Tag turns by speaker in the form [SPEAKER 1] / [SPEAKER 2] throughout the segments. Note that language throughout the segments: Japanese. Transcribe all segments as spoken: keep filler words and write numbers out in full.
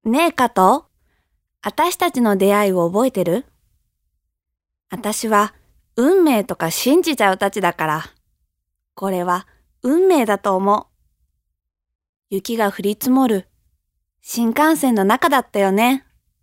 [SPEAKER 1] ねえ、加藤。私たちの出会いを覚えてる？私は運命とか信じちゃうたちだから。これは運命だと思う。雪が降り積もる新幹線の中だったよね。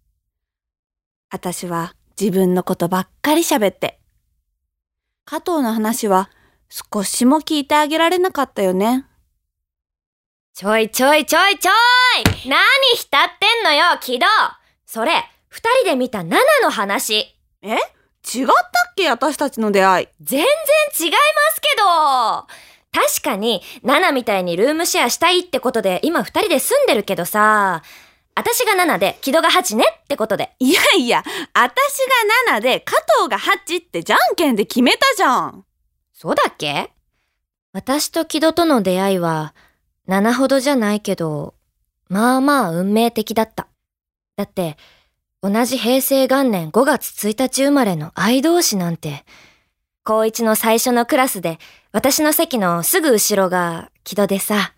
[SPEAKER 1] 私は自分のことばっかり喋って。加藤の話は少しも聞いてあげられなかったよね。
[SPEAKER 2] ちょいちょいちょいちょい何浸ってんのよ、木戸。それ、二人で見たナナの話。
[SPEAKER 1] え？違ったっけ、私たちの出会い。
[SPEAKER 2] 全然違いますけど。確かに、ナナみたいにルームシェアしたいってことで今二人で住んでるけどさ、私がナナで木戸がハチねってことで。
[SPEAKER 1] いやいや、私がナナで加藤がハチってじゃんけんで決めたじゃん。
[SPEAKER 2] そうだっけ？私と木戸との出会いは、ナナほどじゃないけど、まあまあ運命的だった。だって、同じ平成元年ごがつついたち生まれの愛同士なんて、高一の最初のクラスで、私の席のすぐ後ろが木戸でさ。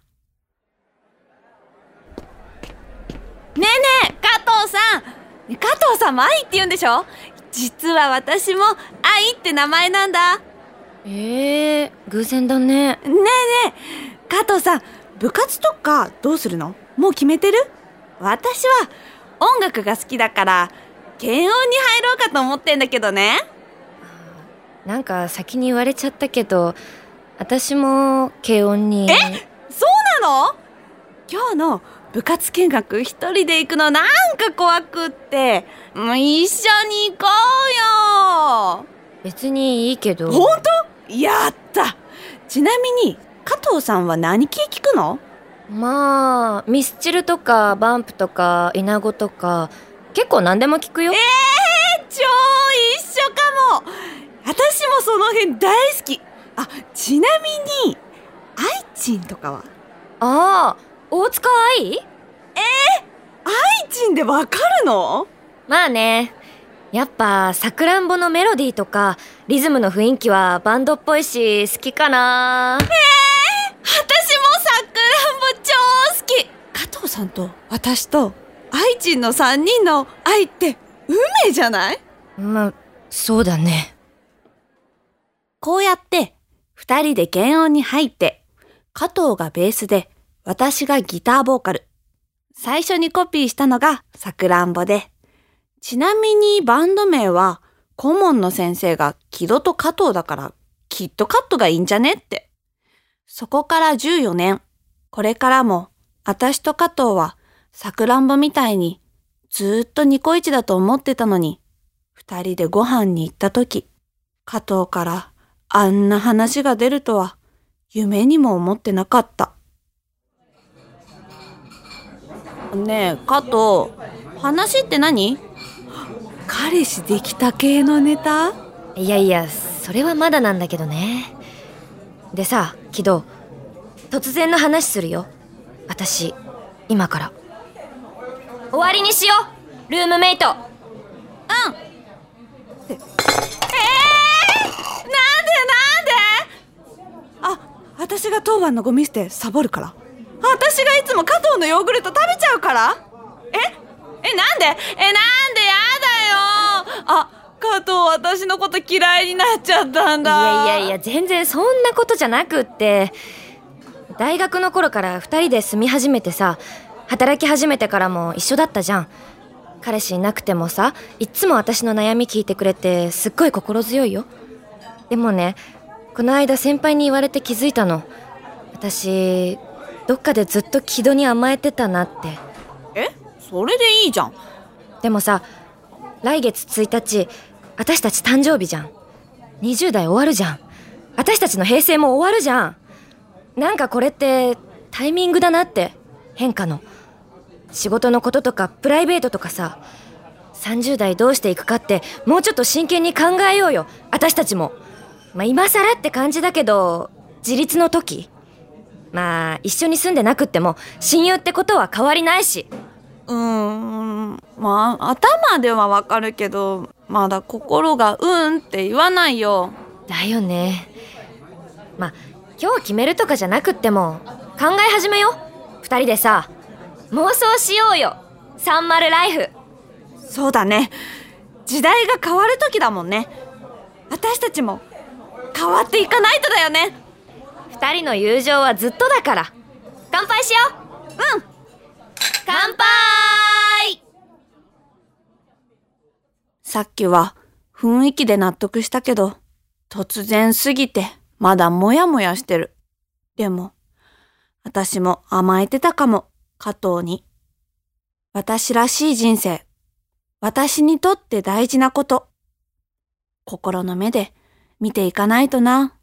[SPEAKER 1] ねえねえ、加藤さん。加藤さんも愛って言うんでしょ？実は私も愛って名前なんだ。
[SPEAKER 2] ええー、偶然だね。
[SPEAKER 1] ねえねえ、加藤さん、部活とかどうするの？もう決めてる？私は音楽が好きだから軽音に入ろうかと思ってんだけどね。
[SPEAKER 2] なんか先に言われちゃったけど、私も軽音に。
[SPEAKER 1] え？そうなの？今日の部活見学一人で行くのなんか怖くって、もう一緒に行こうよ。
[SPEAKER 2] 別にいいけど。
[SPEAKER 1] 本当？やった。ちなみに加藤さんは何系聞くの？
[SPEAKER 2] まあミスチルとかバンプとかイナゴとか結構何でも聞くよ。
[SPEAKER 1] えー、超一緒かも。私もその辺大好き。あ、ちなみにアイチンとかは？
[SPEAKER 2] ああ、大塚愛？
[SPEAKER 1] えー、アイチンでわかるの？
[SPEAKER 2] まあね、やっぱさくらんぼのメロディーとかリズムの雰囲気はバンドっぽいし好きかな。
[SPEAKER 1] えー、私もさくらんぼ超好き。加藤さんと私とアイチンのさんにんの愛って運命じゃない？
[SPEAKER 2] まあ、そうだね。
[SPEAKER 1] こうやって二人で軽音に入って、加藤がベースで私がギターボーカル。最初にコピーしたのがさくらんぼで、ちなみにバンド名は顧問の先生が木戸と加藤だからきっとカットがいいんじゃねって。そこからじゅうよねん、これからも私と加藤はさくらんぼみたいにずーっとニコイチだと思ってたのに、二人でご飯に行った時、加藤からあんな話が出るとは夢にも思ってなかった。ねえ、加藤、話って何？彼氏できた系のネタ？
[SPEAKER 2] いやいや、それはまだなんだけどね。でさ、木戸、突然の話するよ。私、今から終わりにしよう、ルームメイト。うん。
[SPEAKER 1] ええー、なんでなんで？あ、私が当番のゴミ捨てサボるから。私がいつも加藤のヨーグルト食べちゃうから？ええ、なんで？え、なんで？やだよ。あ、加藤私のこと嫌いになっちゃったんだ。
[SPEAKER 2] いやいやいや、全然そんなことじゃなくって、大学の頃から二人で住み始めてさ、働き始めてからも一緒だったじゃん。彼氏いなくてもさ、いっつも私の悩み聞いてくれてすっごい心強いよ。でもね、この間先輩に言われて気づいたの。私どっかでずっと木戸に甘えてたなって。
[SPEAKER 1] え？それでいいじゃん。
[SPEAKER 2] でもさ、来月ついたち私たち誕生日じゃん。にじゅう代終わるじゃん。私たちの平成も終わるじゃん。なんかこれってタイミングだなって。変化の仕事のこととかプライベートとかさ、さんじゅう代どうしていくかってもうちょっと真剣に考えようよ、私たちも。まあ今更って感じだけど、自立の時、まあ一緒に住んでなくっても親友ってことは変わりないし。
[SPEAKER 1] うーん、まあ頭ではわかるけど、まだ心がうんって言わないよ。
[SPEAKER 2] だよね。まあ今日決めるとかじゃなくっても考え始めよう、二人でさ。妄想しようよ。 サンマルライフ。
[SPEAKER 1] そうだね。時代が変わる時だもんね。私たちも変わっていかないとだよね。
[SPEAKER 2] 二人の友情はずっとだから。乾杯しよう。
[SPEAKER 1] うん。
[SPEAKER 2] 乾杯。
[SPEAKER 1] さっきは雰囲気で納得したけど、突然すぎてまだモヤモヤしてる。でも、私も甘えてたかも、加藤に。私らしい人生。私にとって大事なこと。心の目で見ていかないとな。